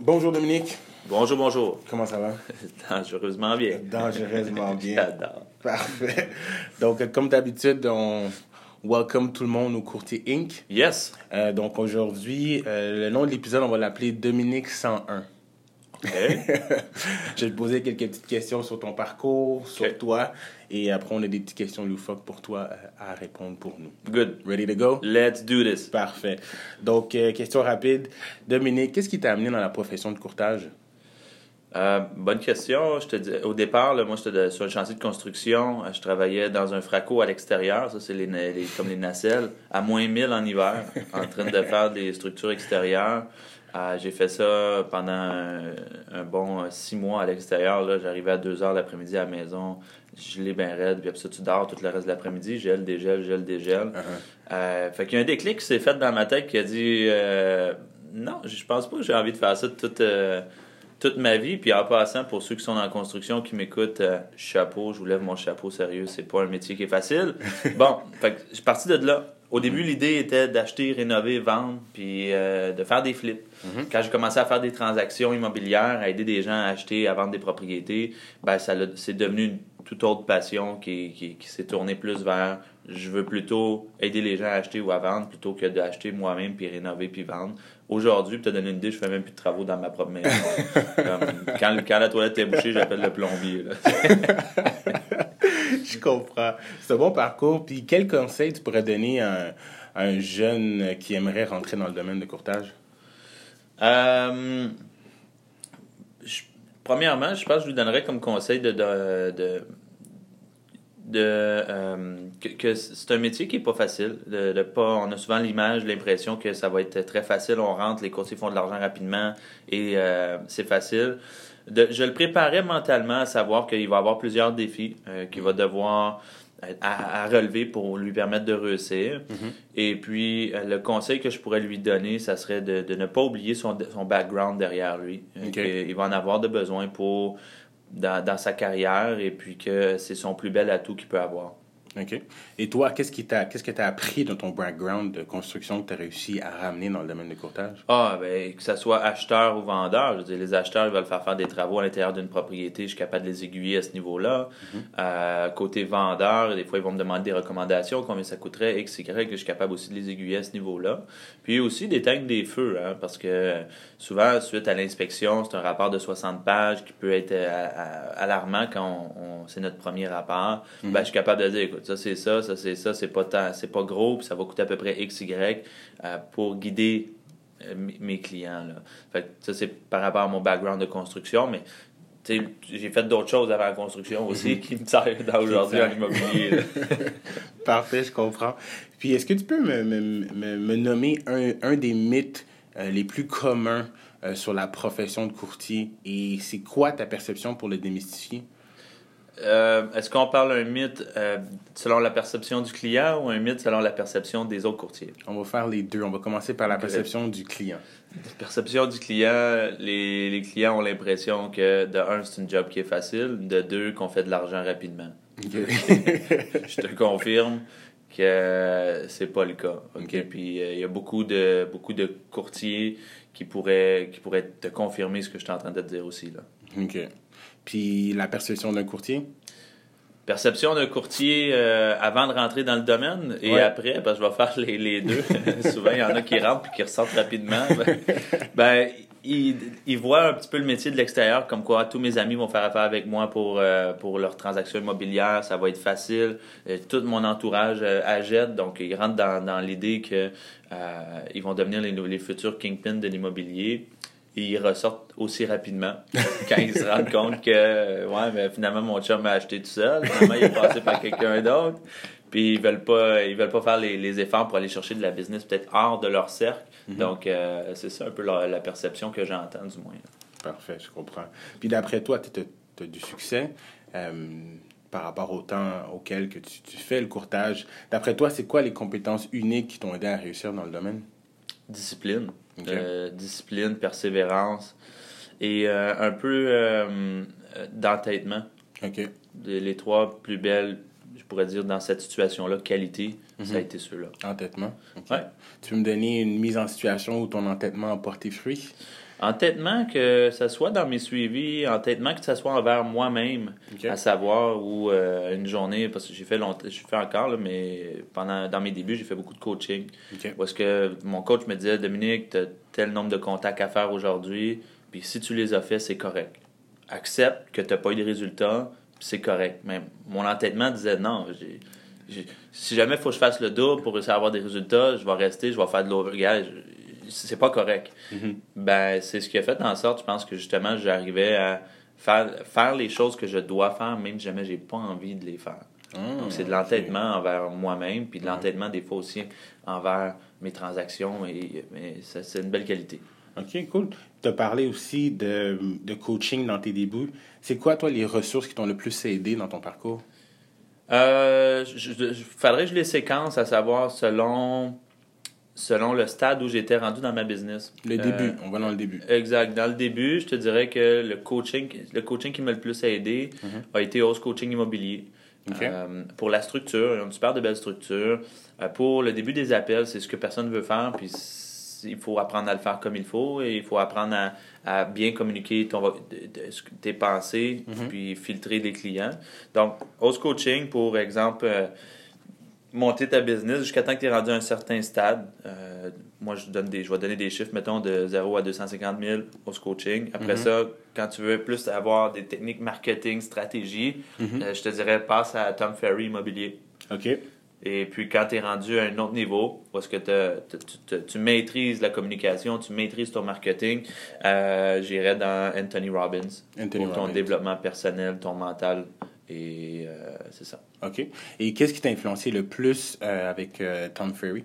Bonjour Dominique. Bonjour, bonjour. Comment ça va? Dangereusement bien. Dangereusement bien. J'adore. Parfait. Donc, comme d'habitude, on welcome tout le monde au Courtier Inc. Yes. Donc, aujourd'hui, le nom de l'épisode, on va l'appeler Dominique 101. OK. Je vais te poser quelques petites questions sur ton parcours, sur toi, et après, on a des petites questions loufoques pour toi à répondre pour nous. Good. Ready to go? Let's do this. Parfait. Donc, question rapide. Dominique, qu'est-ce qui t'a amené dans la profession de courtage? Bonne question. Je te dis, au départ, là, moi, j'étais sur un chantier de construction. Je travaillais dans un fraco à l'extérieur. Ça, c'est comme les nacelles. À moins 1000 en hiver, en train de faire des structures extérieures. J'ai fait ça pendant un bon 6 mois à l'extérieur. Là. J'arrivais à 2 heures l'après-midi à la maison. Je l'ai bien raide. Puis après ça, tu dors tout le reste de l'après-midi. Gèle, dégèle, gèle, dégèle. Fait qu'il y a un déclic qui s'est fait dans ma tête qui a dit non, je pense pas que j'ai envie de faire ça toute ma vie. Puis en passant, pour ceux qui sont dans la construction, qui m'écoutent, chapeau, je vous lève mon chapeau sérieux, c'est pas un métier qui est facile. Bon, fait que je suis parti de là. Au début, l'idée était d'acheter, rénover, vendre, puis de faire des flips. Quand j'ai commencé à faire des transactions immobilières, à aider des gens à acheter, à vendre des propriétés, ben c'est devenu une toute autre passion qui s'est tournée plus vers je veux plutôt aider les gens à acheter ou à vendre plutôt que d'acheter moi-même, puis rénover, puis vendre. Aujourd'hui, pour te donner une idée, je fais même plus de travaux dans ma propre maison. Quand la toilette est bouchée, j'appelle le plombier. Là. Je comprends. C'est un bon parcours. Puis quel conseil tu pourrais donner à un jeune qui aimerait rentrer dans le domaine de courtage? Premièrement, je pense que je lui donnerais comme conseil que c'est un métier qui est pas facile. On a souvent l'image, l'impression que ça va être très facile. On rentre, les courtiers font de l'argent rapidement et c'est facile. Je le préparais mentalement à savoir qu'il va avoir plusieurs défis qu'il va devoir à relever pour lui permettre de réussir. Et puis, le conseil que je pourrais lui donner, ça serait de ne pas oublier son background derrière lui. Il va en avoir de besoin dans sa carrière et puis que c'est son plus bel atout qu'il peut avoir. OK. Et toi, qu'est-ce que tu as appris dans ton background de construction que tu as réussi à ramener dans le domaine de courtage? Ben, que ce soit acheteur ou vendeur. Je veux dire, les acheteurs, ils veulent faire des travaux à l'intérieur d'une propriété. Je suis capable de les aiguiller à ce niveau-là. Côté vendeur, des fois, ils vont me demander des recommandations, combien ça coûterait, X, Y, que je suis capable aussi de les aiguiller à ce niveau-là. Puis aussi d'éteindre des feux, parce que souvent, suite à l'inspection, c'est un rapport de 60 pages qui peut être alarmant quand c'est notre premier rapport. Ben, je suis capable de dire, écoute, ça c'est ça, c'est pas gros, puis ça va coûter à peu près XY pour guider mes clients. Là. Fait que ça, c'est par rapport à mon background de construction, mais j'ai fait d'autres choses avant la construction aussi qui me servent aujourd'hui en immobilier. Parfait, je comprends. Puis, est-ce que tu peux me nommer un des mythes les plus communs sur la profession de courtier et c'est quoi ta perception pour le démystifier? Est-ce qu'on parle d'un mythe selon la perception du client ou un mythe selon la perception des autres courtiers? On va faire les deux. On va commencer par la perception du client. La perception du client, les clients ont l'impression que, de un, c'est une job qui est facile, de deux, qu'on fait de l'argent rapidement. Okay. Je te confirme que c'est pas le cas. Okay? Puis il y a beaucoup de courtiers qui pourraient te confirmer ce que je suis en train de te dire aussi. Là. OK. Puis la perception d'un courtier? Perception d'un courtier avant de rentrer dans le domaine et après, parce que je vais faire les deux. Souvent, il y en a qui rentrent et qui ressortent rapidement. Ils voient un petit peu le métier de l'extérieur, comme quoi tous mes amis vont faire affaire avec moi pour leurs transactions immobilières, ça va être facile. Tout mon entourage achète, donc ils rentrent dans l'idée que ils vont devenir les futurs kingpins de l'immobilier. Et ils ressortent aussi rapidement quand ils se rendent compte que mais finalement mon chum m'a acheté tout seul, finalement il est passé par quelqu'un d'autre, puis ils veulent pas faire les efforts pour aller chercher de la business peut-être hors de leur cercle. Donc c'est ça un peu la perception que j'entends du moins. Parfait, je comprends. Puis d'après toi, tu as du succès par rapport au temps auquel que tu fais le courtage. D'après toi, c'est quoi les compétences uniques qui t'ont aidé à réussir dans le domaine? Discipline. Okay. Discipline, persévérance et un peu d'entêtement. OK. Les trois plus belles je pourrais dire, dans cette situation-là, qualité, ça a été ceux-là. Entêtement. Okay. Ouais. Tu veux me donner une mise en situation où ton entêtement a porté fruit? Entêtement, que ce soit dans mes suivis, entêtement, que ce soit envers moi-même, à savoir, ou une journée, parce que je fais encore, là, mais dans mes débuts, j'ai fait beaucoup de coaching. Où est-ce que mon coach me disait, Dominique, tu as tel nombre de contacts à faire aujourd'hui, puis si tu les as fait, c'est correct. Accepte que tu n'as pas eu de résultats, puis c'est correct. Mais mon entêtement disait, non, si jamais il faut que je fasse le double pour réussir à avoir des résultats, je vais rester, je vais faire de l'overgage. C'est pas correct. Ben, c'est ce qui a fait en sorte, je pense que justement, j'arrivais à faire les choses que je dois faire, même si jamais j'ai pas envie de les faire. Donc, c'est de l'entêtement envers moi-même, puis de l'entêtement des fois aussi envers mes transactions, mais c'est une belle qualité. OK, cool. Tu as parlé aussi de coaching dans tes débuts. C'est quoi, toi, les ressources qui t'ont le plus aidé dans ton parcours? Faudrait que je les séquence, à savoir selon le stade où j'étais rendu dans ma business. Le début, on va dans le début. Exact. Dans le début, je te dirais que le coaching qui m'a le plus aidé a été Host Coaching Immobilier. Okay. Pour la structure, ils ont une super de belle structure. Pour le début des appels, c'est ce que personne ne veut faire, puis il faut apprendre à le faire comme il faut, et il faut apprendre à bien communiquer tes pensées, puis filtrer les clients. Donc, Host Coaching, pour exemple, monter ta business jusqu'à temps que tu es rendu à un certain stade. Moi, je vais donner des chiffres, mettons, de 0 à 250 000 Host Coaching. Après ça, quand tu veux plus avoir des techniques marketing, stratégie, je te dirais, passe à Tom Ferry Immobilier. OK. Et puis, quand tu es rendu à un autre niveau, parce que tu maîtrises la communication, tu maîtrises ton marketing, j'irais dans Anthony Robbins pour ton développement personnel, ton mental. Et c'est ça. OK. Et qu'est-ce qui t'a influencé le plus avec Tom Ferry?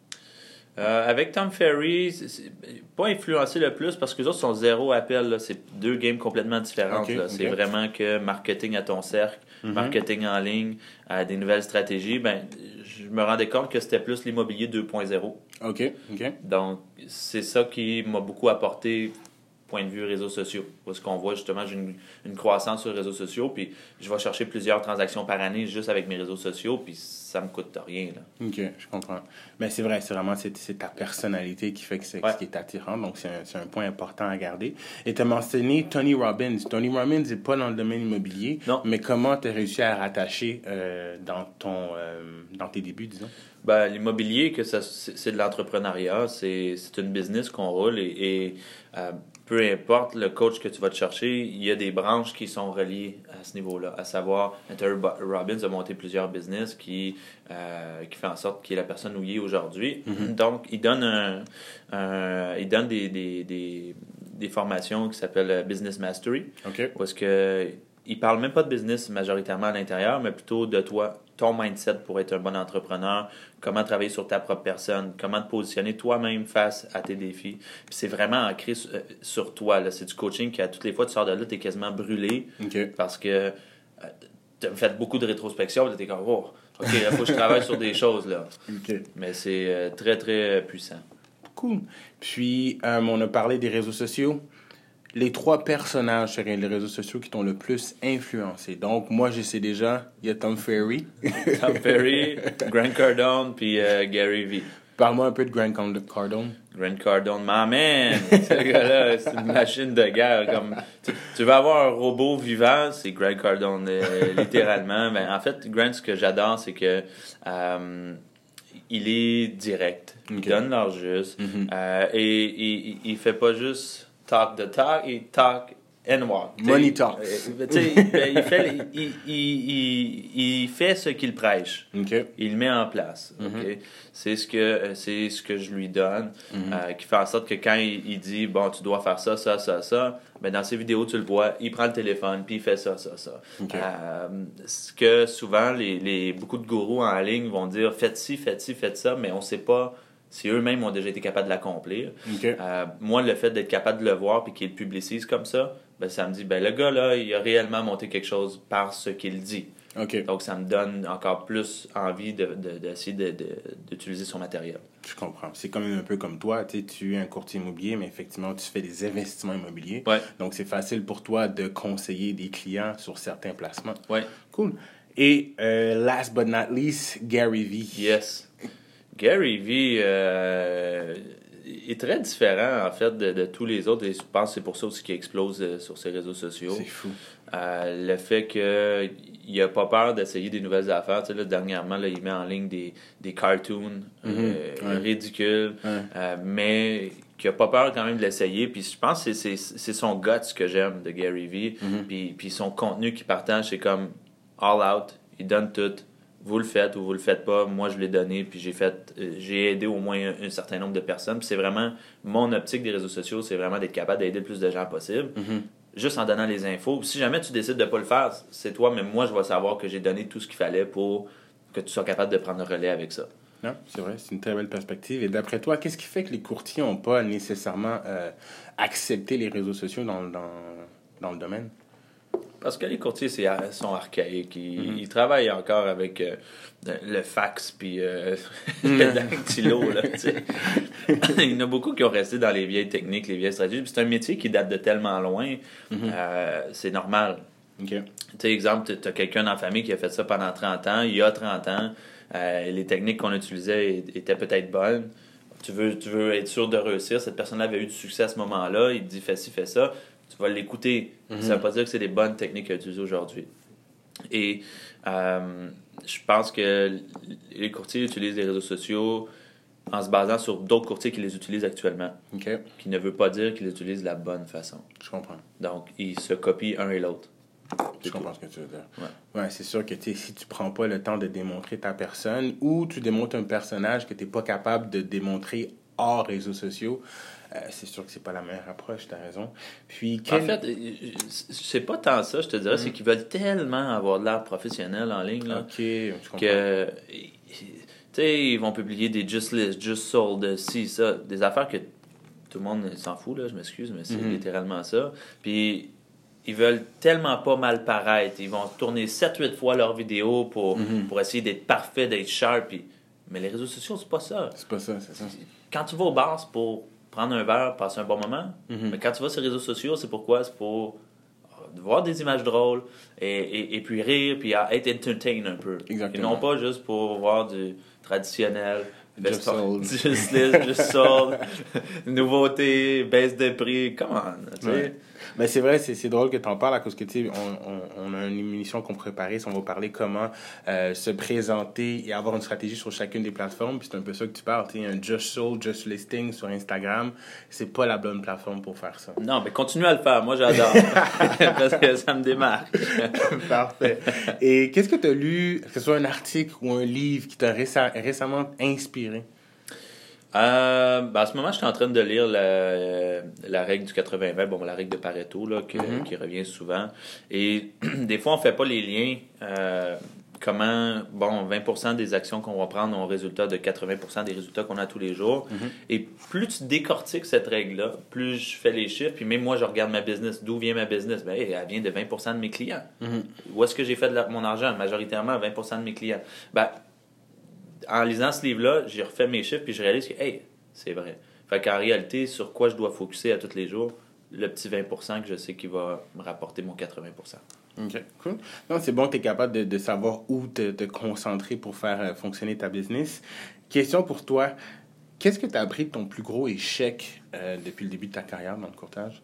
Avec Tom Ferry, c'est pas influencé le plus parce que les autres sont zéro appel. Là. C'est deux games complètement différentes. Okay, c'est vraiment que marketing à ton cercle, marketing en ligne, des nouvelles stratégies. Ben, je me rendais compte que c'était plus l'immobilier 2.0. OK. Donc, c'est ça qui m'a beaucoup apporté point de vue réseaux sociaux. Parce qu'on voit justement, j'ai une croissance sur les réseaux sociaux, puis je vais chercher plusieurs transactions par année juste avec mes réseaux sociaux, puis ça me coûte rien. Là. OK, je comprends. Mais c'est vrai, c'est vraiment c'est ta personnalité qui fait que c'est ce qui est attirant, donc c'est un point important à garder. Et tu as mentionné Tony Robbins. Tony Robbins n'est pas dans le domaine immobilier, non. Mais comment tu as réussi à rattacher dans tes débuts, disons? Ben, l'immobilier, c'est de l'entrepreneuriat, c'est une business qu'on roule et peu importe le coach que tu vas te chercher, il y a des branches qui sont reliées à ce niveau-là. À savoir, Anthony Robbins a monté plusieurs business qui fait en sorte qu'il est la personne où il est aujourd'hui. Donc, il donne des formations qui s'appellent Business Mastery. Okay. Parce que il parle même pas de business majoritairement à l'intérieur, mais plutôt de toi, ton mindset pour être un bon entrepreneur, comment travailler sur ta propre personne, comment te positionner toi-même face à tes défis. Puis c'est vraiment ancré sur toi. Là. C'est du coaching qui, à toutes les fois, tu sors de là, tu es quasiment brûlé parce que tu as fait beaucoup de rétrospection. Tu es comme, oh, OK, il faut que je travaille sur des choses. Là. Mais c'est très, très puissant. Cool. Puis, on a parlé des réseaux sociaux. Les 3 personnages sur les réseaux sociaux qui t'ont le plus influencé. Donc, moi, je sais déjà, il y a Tom Ferry. Tom Ferry, Grant Cardone, puis Gary Vee. Parle-moi un peu de Grant Cardone. Grant Cardone, my man! Ce gars-là, c'est une machine de guerre. Comme, tu veux avoir un robot vivant, c'est Grant Cardone, littéralement. Ben, en fait, Grant, ce que j'adore, c'est que il est direct. Il donne l'heure juste. Et il fait pas juste talk the talk, il talk and walk. Money talk. Il fait ce qu'il prêche. Il le met en place. C'est ce que je lui donne, qui fait en sorte que quand il dit, bon, tu dois faire ça, ben dans ses vidéos, tu le vois, il prend le téléphone, puis il fait ça. Ce que souvent, beaucoup de gourous en ligne vont dire, faites ci, faites ça, mais on sait pas si eux-mêmes ont déjà été capables de l'accomplir. Moi, le fait d'être capable de le voir et qu'il le publicise comme ça, ben, ça me dit, ben le gars, là, il a réellement monté quelque chose par ce qu'il dit. Donc, ça me donne encore plus envie d'essayer d'utiliser son matériel. Je comprends. C'est quand même un peu comme toi. Tu es un courtier immobilier, mais effectivement, tu fais des investissements immobiliers. Donc, c'est facile pour toi de conseiller des clients sur certains placements. Ouais. Cool. Et last but not least, Gary Vee. Yes. Gary Vee est très différent, en fait, de tous les autres. Et je pense que c'est pour ça aussi qu'il explose sur ses réseaux sociaux. C'est fou. Le fait qu'il n'a pas peur d'essayer des nouvelles affaires. Tu sais, là, dernièrement, là, il met en ligne des cartoons ridicules, mais qu'il n'a pas peur quand même de l'essayer. Puis je pense que c'est son guts que j'aime de Gary Vee. Puis son contenu qu'il partage, c'est comme all out. Il donne tout. Vous le faites ou vous le faites pas. Moi, je l'ai donné, puis j'ai aidé au moins un certain nombre de personnes. Puis c'est vraiment mon optique des réseaux sociaux, c'est vraiment d'être capable d'aider le plus de gens possible. Juste en donnant les infos. Si jamais tu décides de pas le faire, c'est toi, mais moi, je vais savoir que j'ai donné tout ce qu'il fallait pour que tu sois capable de prendre le relais avec ça. Non, c'est vrai, c'est une très belle perspective. Et d'après toi, qu'est-ce qui fait que les courtiers n'ont pas nécessairement accepté les réseaux sociaux dans le domaine? Parce que les courtiers sont archaïques. Ils travaillent encore avec le fax puis le dactylo. Là, il y en a beaucoup qui ont resté dans les vieilles techniques, les vieilles stratégies. Puis c'est un métier qui date de tellement loin. C'est normal. Okay. Tu sais, exemple, tu as quelqu'un dans la famille qui a fait ça pendant 30 ans. Il y a 30 ans, les techniques qu'on utilisait étaient peut-être bonnes. Tu veux être sûr de réussir. Cette personne-là avait eu du succès à ce moment-là. Il te dit « fais ci, fais ça ». Tu vas l'écouter. Ça ne veut pas dire que c'est des bonnes techniques à utiliser aujourd'hui. Et je pense que les courtiers utilisent les réseaux sociaux en se basant sur d'autres courtiers qui les utilisent actuellement. Okay. Qui ne veut pas dire qu'ils les utilisent de la bonne façon. Je comprends. Donc, ils se copient un et l'autre. Je comprends ce que tu veux dire. Ouais, c'est sûr que si tu prends pas le temps de démontrer ta personne ou tu démontres un personnage que tu n'es pas capable de démontrer hors réseaux sociaux, c'est sûr que c'est pas la meilleure approche, tu as raison. Puis, En fait, c'est pas tant ça, je te dirais, c'est qu'ils veulent tellement avoir de l'air professionnel en ligne. Là, OK, je comprends. Que, tu sais, ils vont publier des Just List, Just Sold, ci, ça, des affaires que tout le monde s'en fout, là, je m'excuse, mais c'est littéralement ça. Puis, ils veulent tellement pas mal paraître. Ils vont tourner 7-8 fois leurs vidéos pour essayer d'être parfait, d'être sharp. Mais les réseaux sociaux, c'est pas ça. C'est pas ça, c'est ça. Quand tu vas au bar, c'est pour prendre un verre, passer un bon moment. Mais quand tu vas sur les réseaux sociaux, c'est pourquoi? C'est pour voir des images drôles et puis rire, puis être entertain un peu. Exactement. Et non pas juste pour voir du traditionnel. Just sold. Just list, just sold. Nouveauté, baisse de prix. Come on, tu sais. Ouais. Mais c'est vrai, c'est drôle que tu en parles à cause que, tu sais, on a une émission qu'on préparait, on va parler comment se présenter et avoir une stratégie sur chacune des plateformes. Puis c'est un peu ça que tu parles, tu sais, un Just Sold, Just Listing sur Instagram, c'est pas la bonne plateforme pour faire ça. Non, mais continue à le faire. Moi, j'adore. Parce que ça me démarque. Parfait. Et qu'est-ce que tu as lu, que ce soit un article ou un livre qui t'a récemment inspiré? À ce moment, je suis en train de lire la règle du 80-20, bon, la règle de Pareto, là, qui revient souvent. Et des fois, on fait pas les liens. Comment, 20% des actions qu'on va prendre ont résultat de 80% des résultats qu'on a tous les jours. Et plus tu décortiques cette règle-là, plus je fais les chiffres. Puis même moi, je regarde ma business. D'où vient ma business? Ben, elle vient de 20% de mes clients. Où est-ce que j'ai fait mon argent? Majoritairement, 20% de mes clients. Ben, en lisant ce livre-là, j'ai refait mes chiffres puis je réalise que, hey, c'est vrai. Fait qu'en réalité, sur quoi je dois focuser à tous les jours? Le petit 20% que je sais qui va me rapporter mon 80%. OK, cool. Non, c'est bon que tu es capable de savoir où te concentrer pour faire fonctionner ta business. Question pour toi, qu'est-ce que tu as appris de ton plus gros échec depuis le début de ta carrière dans le courtage?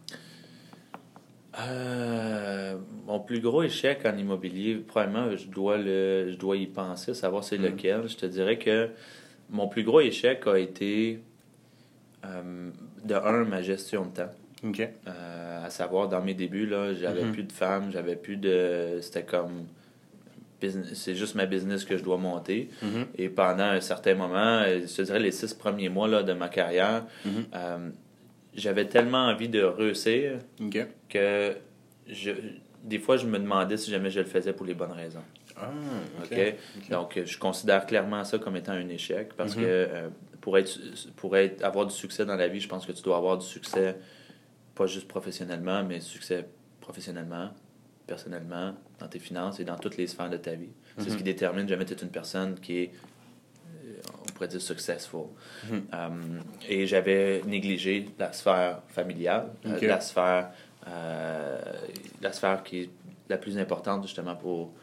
Mon plus gros échec en immobilier, probablement, je dois y penser, savoir c'est lequel. Je te dirais que mon plus gros échec a été, ma gestion de temps. OK. À savoir, dans mes débuts, là, j'avais plus de femmes, j'avais plus de... C'était comme... C'est juste ma business que je dois monter. Et pendant un certain moment, je te dirais les 6 premiers mois là, de ma carrière, j'avais tellement envie de réussir que des fois, je me demandais si jamais je le faisais pour les bonnes raisons. Ah, OK. Donc, je considère clairement ça comme étant un échec parce que pour avoir du succès dans la vie, je pense que tu dois avoir du succès, pas juste professionnellement, mais succès professionnellement, personnellement, dans tes finances et dans toutes les sphères de ta vie. C'est ce qui détermine jamais tu es une personne qui est, on pourrait dire, successful. Et j'avais négligé la sphère familiale, la sphère qui est la plus importante justement pour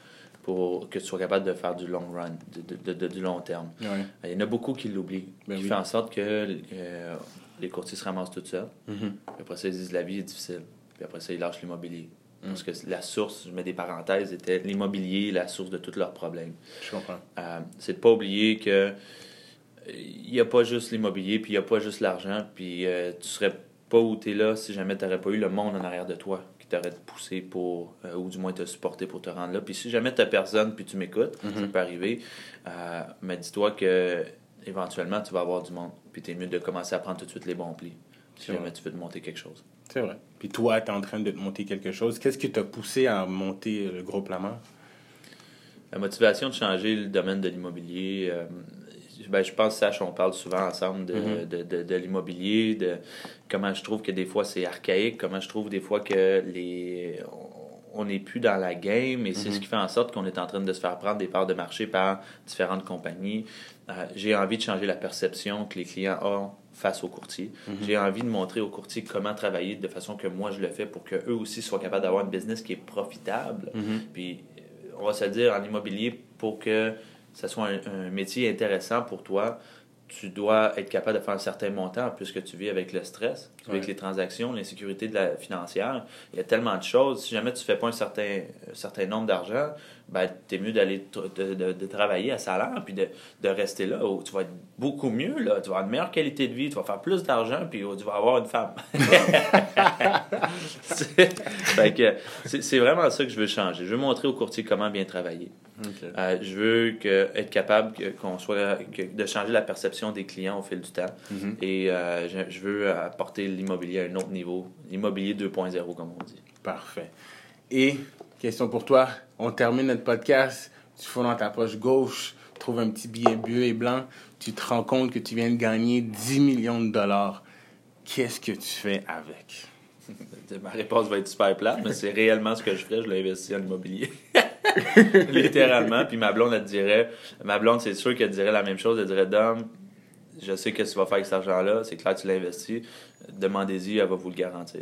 pour que tu sois capable de faire du long run, du long terme. Ouais. Il y en a beaucoup qui l'oublient, qui fait en sorte que les courtiers se ramassent tout seuls. Mm-hmm. Puis après ça, ils disent la vie est difficile. Puis après ça, ils lâchent l'immobilier. Parce que la source, je mets des parenthèses, était l'immobilier, la source de tous leurs problèmes. Je comprends. C'est de pas oublier que il n'y a pas juste l'immobilier, puis il n'y a pas juste l'argent, puis tu serais pas où tu es là si jamais tu n'aurais pas eu le monde en arrière de toi qui t'aurait poussé pour, ou du moins te supporté pour te rendre là. Puis si jamais tu n'as personne, puis tu m'écoutes, ça peut arriver, mais dis-toi que éventuellement tu vas avoir du monde, puis tu es mieux de commencer à prendre tout de suite les bons plis, si jamais tu veux te monter quelque chose. C'est vrai. Puis toi, tu es en train de te monter quelque chose. Qu'est-ce qui t'a poussé à monter le groupe Lamar? La motivation de changer le domaine de l'immobilier, je pense, Sacha, on parle souvent ensemble de l'immobilier, de comment je trouve que des fois c'est archaïque, comment je trouve des fois que on n'est plus dans la game, et c'est ce qui fait en sorte qu'on est en train de se faire prendre des parts de marché par différentes compagnies. J'ai envie de changer la perception que les clients ont face aux courtiers. J'ai envie de montrer aux courtiers comment travailler de façon que moi je le fais pour qu'eux aussi soient capables d'avoir une business qui est profitable. Puis, on va se dire, en immobilier, pour que ça soit un métier intéressant pour toi, tu dois être capable de faire un certain montant puisque tu vis avec le stress, tu vis avec les transactions, l'insécurité de la financière. Il y a tellement de choses. Si jamais tu ne fais pas un certain nombre d'argent, ben, tu es mieux d'aller de travailler à salaire puis de rester là où tu vas être beaucoup mieux. Là. Tu vas avoir une meilleure qualité de vie, tu vas faire plus d'argent puis tu vas avoir une femme. C'est vraiment ça que je veux changer. Je veux montrer aux courtiers comment bien travailler. Okay. Je veux être capable de changer la perception des clients au fil du temps. Et je veux apporter l'immobilier à un autre niveau. L'immobilier 2.0, comme on dit. Parfait. Et, question pour toi, on termine notre podcast, tu fous dans ta poche gauche, tu trouves un petit billet bleu et blanc, tu te rends compte que tu viens de gagner 10 millions de dollars. Qu'est-ce que tu fais avec? Ma réponse va être super plate, mais c'est réellement ce que je ferais. Je l'ai investi en immobilier. Littéralement. Puis ma blonde, c'est sûr qu'elle dirait la même chose. Elle dirait, Dom, je sais que tu vas faire avec cet argent-là. C'est clair que tu l'investis. Demandez-y, elle va vous le garantir.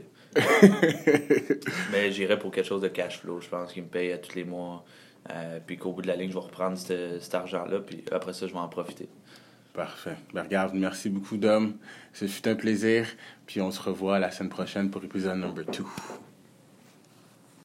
Mais j'irais pour quelque chose de cash flow. Je pense qu'il me paye à tous les mois. Puis qu'au bout de la ligne, je vais reprendre cet argent-là. Puis après ça, je vais en profiter. Parfait. Ben, regarde, merci beaucoup, Dom. Ce fut un plaisir. Puis on se revoit la semaine prochaine pour épisode number 2.